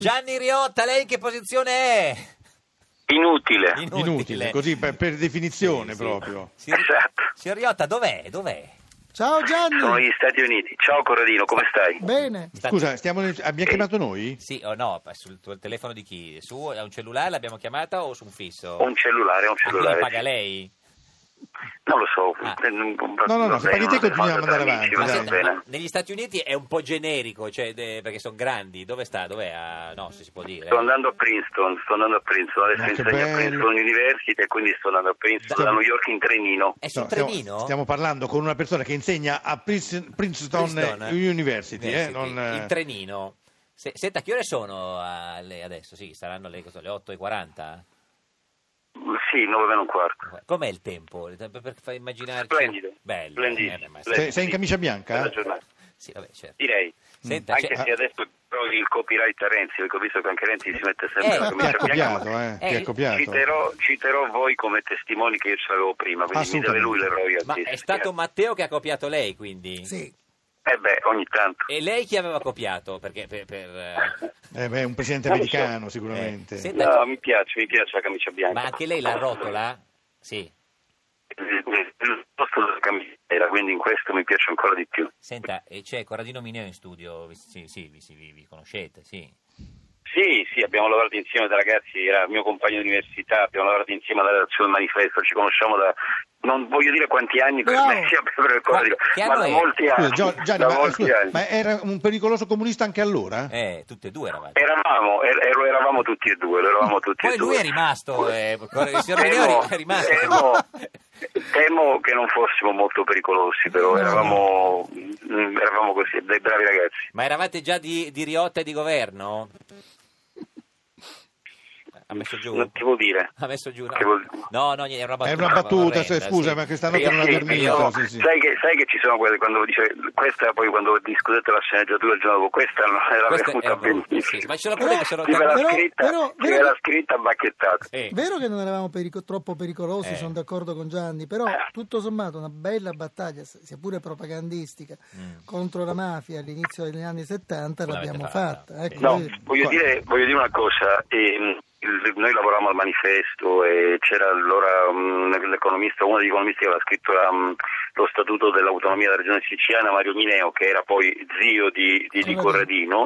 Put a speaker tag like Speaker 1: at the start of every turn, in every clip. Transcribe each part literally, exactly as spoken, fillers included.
Speaker 1: Gianni Riotta, lei in che posizione è?
Speaker 2: Inutile.
Speaker 1: Inutile,
Speaker 3: Inutile, così per, per definizione
Speaker 1: Sì, sì.
Speaker 3: proprio.
Speaker 1: Signor,
Speaker 2: Esatto.
Speaker 1: signor Riotta, dov'è? Dov'è?
Speaker 4: Ciao Gianni.
Speaker 2: Sono negli Stati Uniti. Ciao Corradino, come stai?
Speaker 4: Bene.
Speaker 3: Scusa, stiamo nel- abbiamo chiamato noi?
Speaker 1: Sì o no? Sul tuo telefono di chi? Su a un cellulare l'abbiamo chiamata o su un fisso?
Speaker 2: Un cellulare, un
Speaker 1: Ah, quindi
Speaker 2: cellulare.
Speaker 1: paga
Speaker 2: sì.
Speaker 1: lei?
Speaker 2: Non lo so.
Speaker 1: Ah.
Speaker 3: No, no, no, se paghi te continuiamo ad andare avanti,
Speaker 1: Ma
Speaker 3: dai.
Speaker 1: senta, ma negli Stati Uniti è un po' generico, cioè, de- perché sono grandi. Dove sta? Dov'è? Ah, no, se si può dire.
Speaker 2: Sto andando a Princeton, sto andando a Princeton, adesso
Speaker 3: Ma che
Speaker 2: insegno a
Speaker 3: bello.
Speaker 2: Princeton University e quindi sto andando a Princeton da New York in trenino.
Speaker 1: È sul
Speaker 3: No, stiamo,
Speaker 1: trenino?
Speaker 3: stiamo parlando con una persona che insegna a Princeton, Princeton
Speaker 1: Princeton, eh?
Speaker 3: University, eh,
Speaker 1: University,
Speaker 3: non, eh,
Speaker 1: in trenino. Se- senta, che ore sono a lei adesso? Sì, saranno le, cosa, le otto e quaranta?
Speaker 2: Sì, nove meno un quarto.
Speaker 1: Com'è il tempo? Per, per far immaginarci...
Speaker 2: Splendido.
Speaker 1: Bello.
Speaker 2: Splendidi.
Speaker 1: eh, beh, ma-
Speaker 3: sei, sei in camicia bianca?
Speaker 2: Bella giornata.
Speaker 1: Sì, vabbè, certo.
Speaker 2: Direi.
Speaker 1: Senta,
Speaker 2: Anche
Speaker 1: c'è-
Speaker 2: se adesso trovi il copyright a Renzi, perché ho visto che anche Renzi si mette sempre
Speaker 1: Eh,
Speaker 2: la
Speaker 3: Ti ha
Speaker 2: camicia bianca.
Speaker 3: copiato, eh, ti
Speaker 1: Eh,
Speaker 3: ha copiato.
Speaker 2: Citerò, citerò voi come testimoni che io ce l'avevo prima, quindi mi deve lui le royalties.
Speaker 1: ma è stato Matteo che ha copiato lei, quindi?
Speaker 4: Sì.
Speaker 2: Eh beh, ogni tanto.
Speaker 1: E lei chi aveva copiato? Perché per... per, eh,
Speaker 3: Eh, beh, un presidente
Speaker 2: Non lo so.
Speaker 3: americano sicuramente.
Speaker 1: Eh, senta-
Speaker 2: No, mi piace, mi piace la camicia bianca.
Speaker 1: Ma anche lei la rotola? Sì.
Speaker 2: Il posto della camicia, quindi in questo mi piace ancora di più.
Speaker 1: Senta, e c'è Corradino Mineo in studio, vi- sì, sì, vi, sì, vi- vi conoscete, sì.
Speaker 2: Sì, sì, abbiamo lavorato insieme da ragazzi, era mio compagno di università, abbiamo lavorato insieme alla redazione del manifesto, ci conosciamo da, non voglio dire quanti anni, per
Speaker 4: Bravo.
Speaker 2: me sia per il
Speaker 1: Ma
Speaker 2: dico,
Speaker 1: che
Speaker 2: ma
Speaker 1: anno
Speaker 2: da
Speaker 1: è?
Speaker 2: molti
Speaker 3: Scusa,
Speaker 2: anni.
Speaker 3: Gio- Gianni,
Speaker 2: da
Speaker 3: ma,
Speaker 2: molti
Speaker 3: scusa,
Speaker 2: anni.
Speaker 3: ma era un pericoloso comunista anche allora?
Speaker 1: Eh, tutte e due eravate.
Speaker 2: Eravamo, er- ero- eravamo tutti e due, lo eravamo tutti
Speaker 1: Poi
Speaker 2: e due.
Speaker 1: lui è rimasto, eh, il signor
Speaker 2: Temo,
Speaker 1: Mineo è rimasto.
Speaker 2: temo, temo che non fossimo molto pericolosi, però eravamo, mm, eravamo così, dei bravi ragazzi.
Speaker 1: Ma eravate già di, di Riotta e di governo? Ha messo giù?
Speaker 2: Non ti vuol dire.
Speaker 1: Ha messo giù? No,
Speaker 2: Che vuol-
Speaker 1: no, no, era una battuta.
Speaker 3: È una battuta,
Speaker 1: orrenda,
Speaker 3: se- scusa,
Speaker 1: sì.
Speaker 3: ma questa notte non ha
Speaker 2: Sì,
Speaker 3: dormito.
Speaker 2: io-
Speaker 3: Sì, sì.
Speaker 2: Sai, che, sai che ci sono quelle quando dice questa, poi quando discutete la sceneggiatura il giorno dopo, questa non era
Speaker 1: Questa è
Speaker 2: venuta
Speaker 1: brutta,
Speaker 2: benissimo.
Speaker 1: sì, ma ci sono quelle che sono...
Speaker 2: Chi ve l'ha
Speaker 4: Però-
Speaker 2: scritta,
Speaker 4: però-
Speaker 2: chi ve
Speaker 4: però-
Speaker 2: l'ha scritta bacchettata.
Speaker 1: Sì.
Speaker 4: Vero che non eravamo perico- troppo pericolosi,
Speaker 1: Eh.
Speaker 4: sono d'accordo con Gianni, però tutto sommato una bella battaglia, sia pure propagandistica,
Speaker 1: Mm.
Speaker 4: contro la mafia all'inizio degli anni settanta
Speaker 1: L'avete
Speaker 4: l'abbiamo
Speaker 1: fatta,
Speaker 4: fatta.
Speaker 1: sì.
Speaker 4: Ecco,
Speaker 2: No,
Speaker 4: vedi.
Speaker 2: voglio dire, voglio dire una cosa, ehm, il- noi lavoravamo al manifesto e c'era allora um, l'economista, uno degli economisti che aveva scritto la, um, lo statuto dell'autonomia della regione siciliana, Mario Mineo, che era poi zio di, di, di Corradino,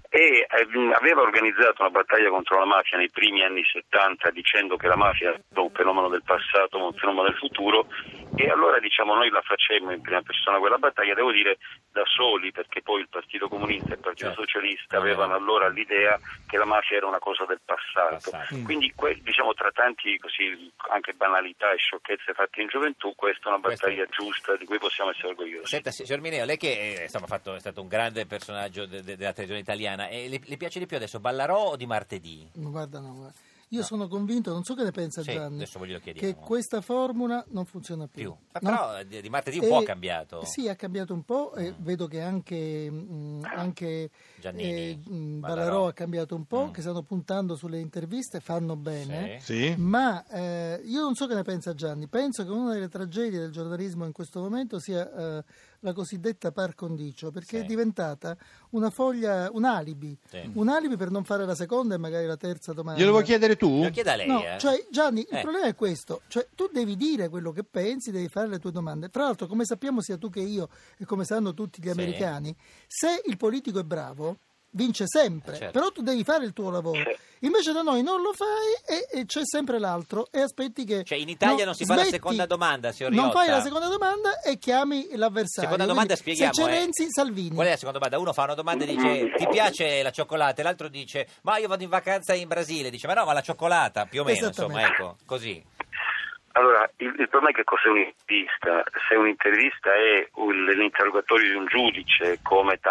Speaker 2: e ehm, aveva organizzato una battaglia contro la mafia nei primi anni settanta dicendo che la mafia è un fenomeno del passato, un fenomeno del futuro, e allora diciamo noi la facemmo in prima persona quella battaglia, devo dire da soli, perché poi il Partito Comunista e il Partito
Speaker 1: Certo.
Speaker 2: Socialista avevano allora l'idea che la mafia era una cosa del passato.
Speaker 1: Passato.
Speaker 3: Mm.
Speaker 2: Quindi que- diciamo tra tanti così anche banalità e sciocchezze fatte in gioventù, questa è una
Speaker 1: Questa è-
Speaker 2: battaglia giusta di cui possiamo essere orgogliosi.
Speaker 1: Senta, signor Mineo, lei che eh, insomma, ha fatto, è stato un grande personaggio de- de- della televisione italiana, e le, le piace di più adesso Ballarò o di martedì?
Speaker 4: Ma guarda, no, guarda. Io sono convinto, non so che ne pensa
Speaker 1: Sì,
Speaker 4: Gianni,
Speaker 1: adesso glielo chiediamo.
Speaker 4: che questa formula non funziona più.
Speaker 1: Più. Ma
Speaker 4: No?
Speaker 1: però di, di martedì un
Speaker 4: E-
Speaker 1: po' ha cambiato.
Speaker 4: Sì, ha cambiato un po' e vedo che anche, mh, anche
Speaker 1: Giannini,
Speaker 4: eh, mh,
Speaker 1: Ballarò.
Speaker 4: Ballarò ha cambiato un po',
Speaker 1: Mm.
Speaker 4: che stanno puntando sulle interviste, fanno bene.
Speaker 1: Sì.
Speaker 3: Sì?
Speaker 4: Ma eh, io non so che ne pensa Gianni, penso che una delle tragedie del giornalismo in questo momento sia eh, la cosiddetta par condicio, perché
Speaker 1: Sì.
Speaker 4: è diventata una foglia, un alibi,
Speaker 1: Sì.
Speaker 4: un alibi per non fare la seconda e magari la terza domanda.
Speaker 3: Glielo vuoi chiedere tu?
Speaker 1: Lo chieda lei,
Speaker 4: No,
Speaker 1: eh.
Speaker 4: cioè Gianni, il
Speaker 1: Eh.
Speaker 4: problema è questo, cioè tu devi dire quello che pensi, devi fare le tue domande. Tra l'altro, come sappiamo sia tu che io e come sanno tutti gli
Speaker 1: Sì.
Speaker 4: americani, se il politico è bravo vince sempre,
Speaker 1: Eh, certo.
Speaker 4: però tu devi fare il tuo lavoro. Invece da noi non lo fai e, e c'è sempre l'altro e aspetti che...
Speaker 1: Cioè, in Italia
Speaker 4: no,
Speaker 1: non si fa la
Speaker 4: smetti,
Speaker 1: seconda domanda, signor
Speaker 4: Non
Speaker 1: Riotta.
Speaker 4: fai la seconda domanda e chiami l'avversario.
Speaker 1: Seconda domanda,
Speaker 4: Quindi,
Speaker 1: spieghiamo.
Speaker 4: Se c'è
Speaker 1: eh.
Speaker 4: Renzi, Salvini.
Speaker 1: Qual è la seconda domanda? Uno fa una domanda e dice ti piace la cioccolata? E l'altro dice ma io vado in vacanza in Brasile. Dice ma no, ma la cioccolata, più o meno, insomma,
Speaker 4: Esattamente.
Speaker 1: ecco, così.
Speaker 2: Allora, il, il problema è che cos'è un'intervista? Se un'intervista è un- l'interrogatorio di un giudice, come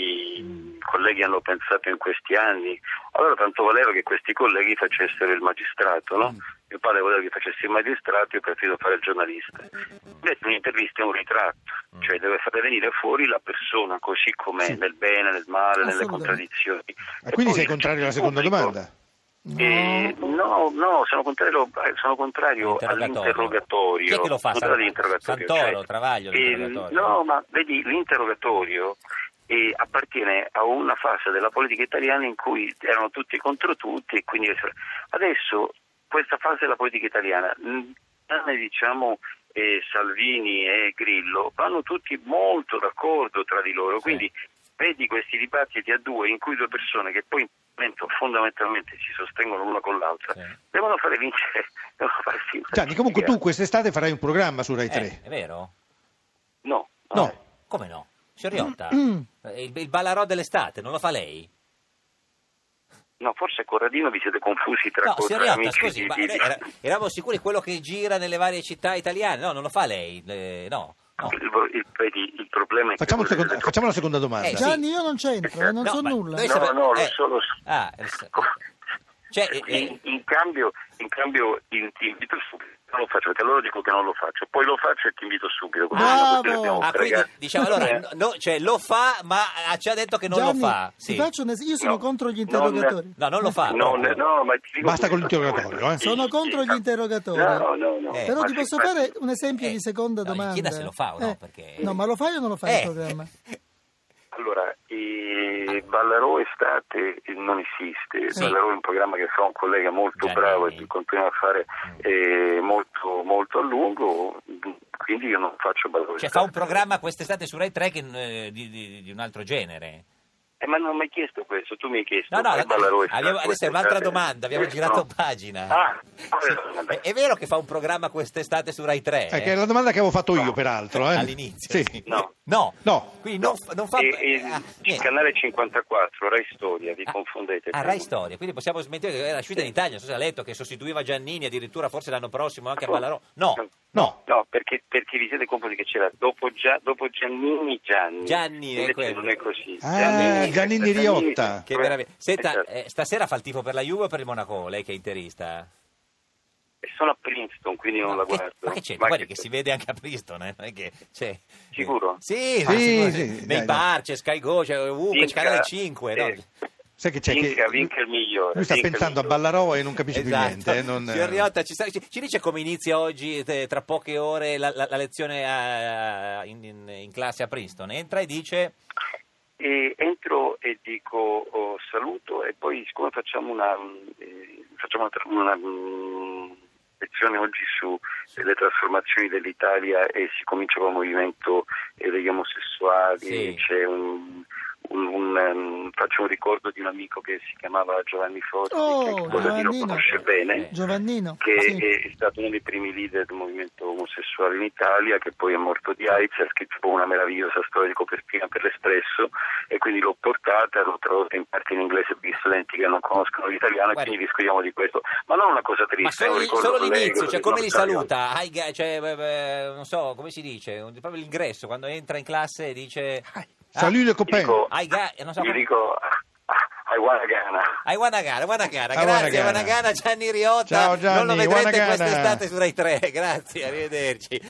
Speaker 2: tanti colleghi hanno pensato in questi anni, allora tanto valeva che questi colleghi facessero il magistrato, no? Mio padre voleva che facessi il magistrato, io ho preferito fare il giornalista. Invece un'intervista è un ritratto, cioè deve fare venire fuori la persona così com'è,
Speaker 4: Sì.
Speaker 2: nel bene, nel male, nelle
Speaker 4: Assolutamente.
Speaker 2: contraddizioni.
Speaker 3: E quindi
Speaker 2: poi
Speaker 3: sei contrario alla seconda
Speaker 2: il pubblico-
Speaker 3: domanda?
Speaker 2: Eh, no, no, sono contrario, eh, sono contrario all'interrogatorio.
Speaker 1: Chi è che lo fa?
Speaker 2: Non
Speaker 1: San-
Speaker 2: all'interrogatorio,
Speaker 1: Santoro,
Speaker 2: cioè,
Speaker 1: Travaglio,
Speaker 2: eh,
Speaker 1: l'interrogatorio?
Speaker 2: no, ma vedi, l'interrogatorio e appartiene a una fase della politica italiana in cui erano tutti contro tutti e quindi adesso questa fase della politica italiana, diciamo eh, Salvini e Grillo, vanno tutti molto d'accordo tra di loro, sì. Quindi vedi questi dibattiti a due in cui due persone che poi fondamentalmente si sostengono l'una con l'altra, sì. devono fare vincere, devono fare vincere.
Speaker 3: Gianni, comunque tu quest'estate farai un programma su Rai tre.
Speaker 1: Eh, è vero?
Speaker 2: No.
Speaker 3: No.
Speaker 1: Eh, come no? Signor il, il ballarò dell'estate, non lo fa lei?
Speaker 2: No, forse Corradino vi siete confusi tra
Speaker 1: no,
Speaker 2: cose
Speaker 1: Riotta, scusi,
Speaker 2: di,
Speaker 1: ma
Speaker 2: di, di...
Speaker 1: Era, eravamo sicuri quello che gira nelle varie città italiane, no, non lo fa lei, eh, no. no.
Speaker 2: Il, il, il, il problema è
Speaker 3: facciamo,
Speaker 2: che
Speaker 3: seconda, facciamo la seconda domanda.
Speaker 1: Eh,
Speaker 4: Gianni,
Speaker 1: sì.
Speaker 4: io non c'entro, eh, non
Speaker 1: no,
Speaker 4: so nulla.
Speaker 2: No,
Speaker 1: sappiamo,
Speaker 2: no, lo
Speaker 1: eh,
Speaker 2: so, lo so.
Speaker 1: Ah, cioè, eh,
Speaker 2: in, in cambio, in cambio in, ti invito subito, non lo faccio perché allora dico che non lo faccio, poi lo faccio e ti invito subito.
Speaker 4: Bravo!
Speaker 1: Ah, quindi diciamo allora, no, cioè lo fa, ma ci ha detto che non
Speaker 4: Gianni,
Speaker 1: lo fa. Sì.
Speaker 4: Ti faccio un es- io sono
Speaker 2: No,
Speaker 4: contro gli interrogatori.
Speaker 1: No, non lo fa.
Speaker 2: Non, no, ma ti dico
Speaker 3: basta con l'interrogatorio, eh.
Speaker 4: Sono contro gli interrogatori.
Speaker 2: No, no, no.
Speaker 1: Eh,
Speaker 4: Però
Speaker 2: ma
Speaker 4: ti
Speaker 2: sì,
Speaker 4: posso
Speaker 2: ma
Speaker 4: fare
Speaker 2: sì.
Speaker 4: un esempio
Speaker 1: Eh,
Speaker 4: di seconda
Speaker 1: no, gli
Speaker 4: domanda.
Speaker 1: chieda se lo fa o no,
Speaker 4: Eh,
Speaker 1: perché-
Speaker 4: no, ma lo fai o non lo fai
Speaker 1: Eh.
Speaker 4: il programma?
Speaker 2: Allora, eh, Ballarò Estate non esiste,
Speaker 1: Sì.
Speaker 2: Ballarò è un programma che fa un collega molto
Speaker 1: Giannini.
Speaker 2: bravo e che continua a fare eh, molto, molto a lungo, quindi io non faccio Ballarò
Speaker 1: Cioè
Speaker 2: Estate.
Speaker 1: fa un programma quest'estate su Rai tre che, eh, di, di, di un altro genere.
Speaker 2: Eh, ma non mi hai chiesto questo, tu mi hai chiesto.
Speaker 1: No, no,
Speaker 2: fai Ballarò Estate,
Speaker 1: abbiamo- adesso è un'altra
Speaker 2: quest'estate.
Speaker 1: domanda, abbiamo
Speaker 2: Eh,
Speaker 1: girato
Speaker 2: no.
Speaker 1: pagina.
Speaker 2: Ah,
Speaker 1: Sì.
Speaker 2: vabbè.
Speaker 1: È, è vero che fa un programma quest'estate su Rai tre?
Speaker 3: Eh, che è la domanda che avevo fatto io, peraltro. Eh.
Speaker 1: All'inizio?
Speaker 3: Sì.
Speaker 1: Sì.
Speaker 2: No.
Speaker 1: No.
Speaker 3: No.
Speaker 1: Quindi non, fa- non fa...
Speaker 2: E, e
Speaker 1: ah,
Speaker 2: il
Speaker 1: niente.
Speaker 2: canale cinquantaquattro, Rai Storia, vi
Speaker 1: Ah,
Speaker 2: confondete.
Speaker 1: Ah, Rai Storia, quindi possiamo smettere che era uscita in Italia, non so se ha letto che sostituiva Giannini, addirittura forse l'anno prossimo anche a Ballarò. No,
Speaker 3: No.
Speaker 2: No, perché, perché vi siete confusi che c'era dopo, Gia, dopo Giannini Gianni.
Speaker 1: Gianni, è
Speaker 2: Invece
Speaker 1: quello.
Speaker 2: non è così.
Speaker 3: Ah, Giannini Riotta.
Speaker 1: che meraviglia. Senta,
Speaker 2: Esatto.
Speaker 1: eh, stasera fa il tifo per la Juve o per il Monaco, lei che è interista?
Speaker 2: E sono a Princeton, quindi non
Speaker 1: No,
Speaker 2: la
Speaker 1: che-
Speaker 2: guardo.
Speaker 1: ma che c'è?
Speaker 2: Ma
Speaker 1: Guardi
Speaker 2: che-
Speaker 1: che si vede anche a Princeton, eh? Non è che c'è...
Speaker 2: Sicuro?
Speaker 1: Sì,
Speaker 3: Sì,
Speaker 1: ma sicuro,
Speaker 3: sì,
Speaker 1: nei
Speaker 3: dai,
Speaker 1: bar, c'è Sky Go, c'è ovunque, c'è
Speaker 2: Vinca,
Speaker 1: Canale cinque, no?
Speaker 2: eh,
Speaker 3: Sai che c'è?
Speaker 2: Vinca,
Speaker 3: che...
Speaker 2: vinca il migliore.
Speaker 3: Lui sta
Speaker 2: vinca il
Speaker 3: pensando a
Speaker 2: migliore.
Speaker 3: Ballarò e non capisce
Speaker 1: Esatto.
Speaker 3: più niente. eh, non-
Speaker 1: Signor Riotta, ci, sta- ci- ci dice come inizia oggi, te- tra poche ore, la, la- la lezione a- in, in- in classe a Princeton? Entra e dice...
Speaker 2: E entro e dico oh, saluto e poi siccome facciamo una, eh, facciamo una, tra- una mm, lezione oggi su le trasformazioni dell'Italia e si comincia col movimento eh, degli omosessuali,
Speaker 1: Sì.
Speaker 2: c'è un, un, un, um, faccio un ricordo di un amico che si chiamava Giovanni Forti,
Speaker 4: Oh,
Speaker 2: che Corradino
Speaker 4: Giovannino.
Speaker 2: conosce bene,
Speaker 4: Giovannino,
Speaker 2: che
Speaker 4: sì.
Speaker 2: è stato uno dei primi leader del movimento omosessuale in Italia, che poi è morto di AIDS, ha scritto una meravigliosa storia di copertina per l'Espresso e quindi l'ho portata, l'ho tradotta in parte in inglese per gli studenti che non conoscono l'italiano.
Speaker 1: Guarda.
Speaker 2: E quindi discutiamo di questo, ma non una cosa triste,
Speaker 1: Ma solo,
Speaker 2: è un
Speaker 1: lì-
Speaker 2: ricordo
Speaker 1: solo
Speaker 2: allegro
Speaker 1: l'inizio, cioè
Speaker 2: del
Speaker 1: come li
Speaker 2: nostro
Speaker 1: saluta? Ai ga- cioè, eh, eh, non so, come si dice? Un- Proprio l'ingresso, quando entra in classe dice...
Speaker 3: Salut le
Speaker 2: Io
Speaker 3: copain.
Speaker 2: dico,
Speaker 1: Ai ga- non so
Speaker 2: io
Speaker 1: come-
Speaker 2: dico I wanna Ghana.
Speaker 1: Ai Wanagana, Wanagana,
Speaker 3: Ai
Speaker 1: grazie
Speaker 3: Wanagana.
Speaker 1: Wanagana, Gianni Riotta,
Speaker 3: Ciao, Gianni,
Speaker 1: non lo vedrete
Speaker 3: Wanagana.
Speaker 1: quest'estate su Rai tre, grazie, arrivederci.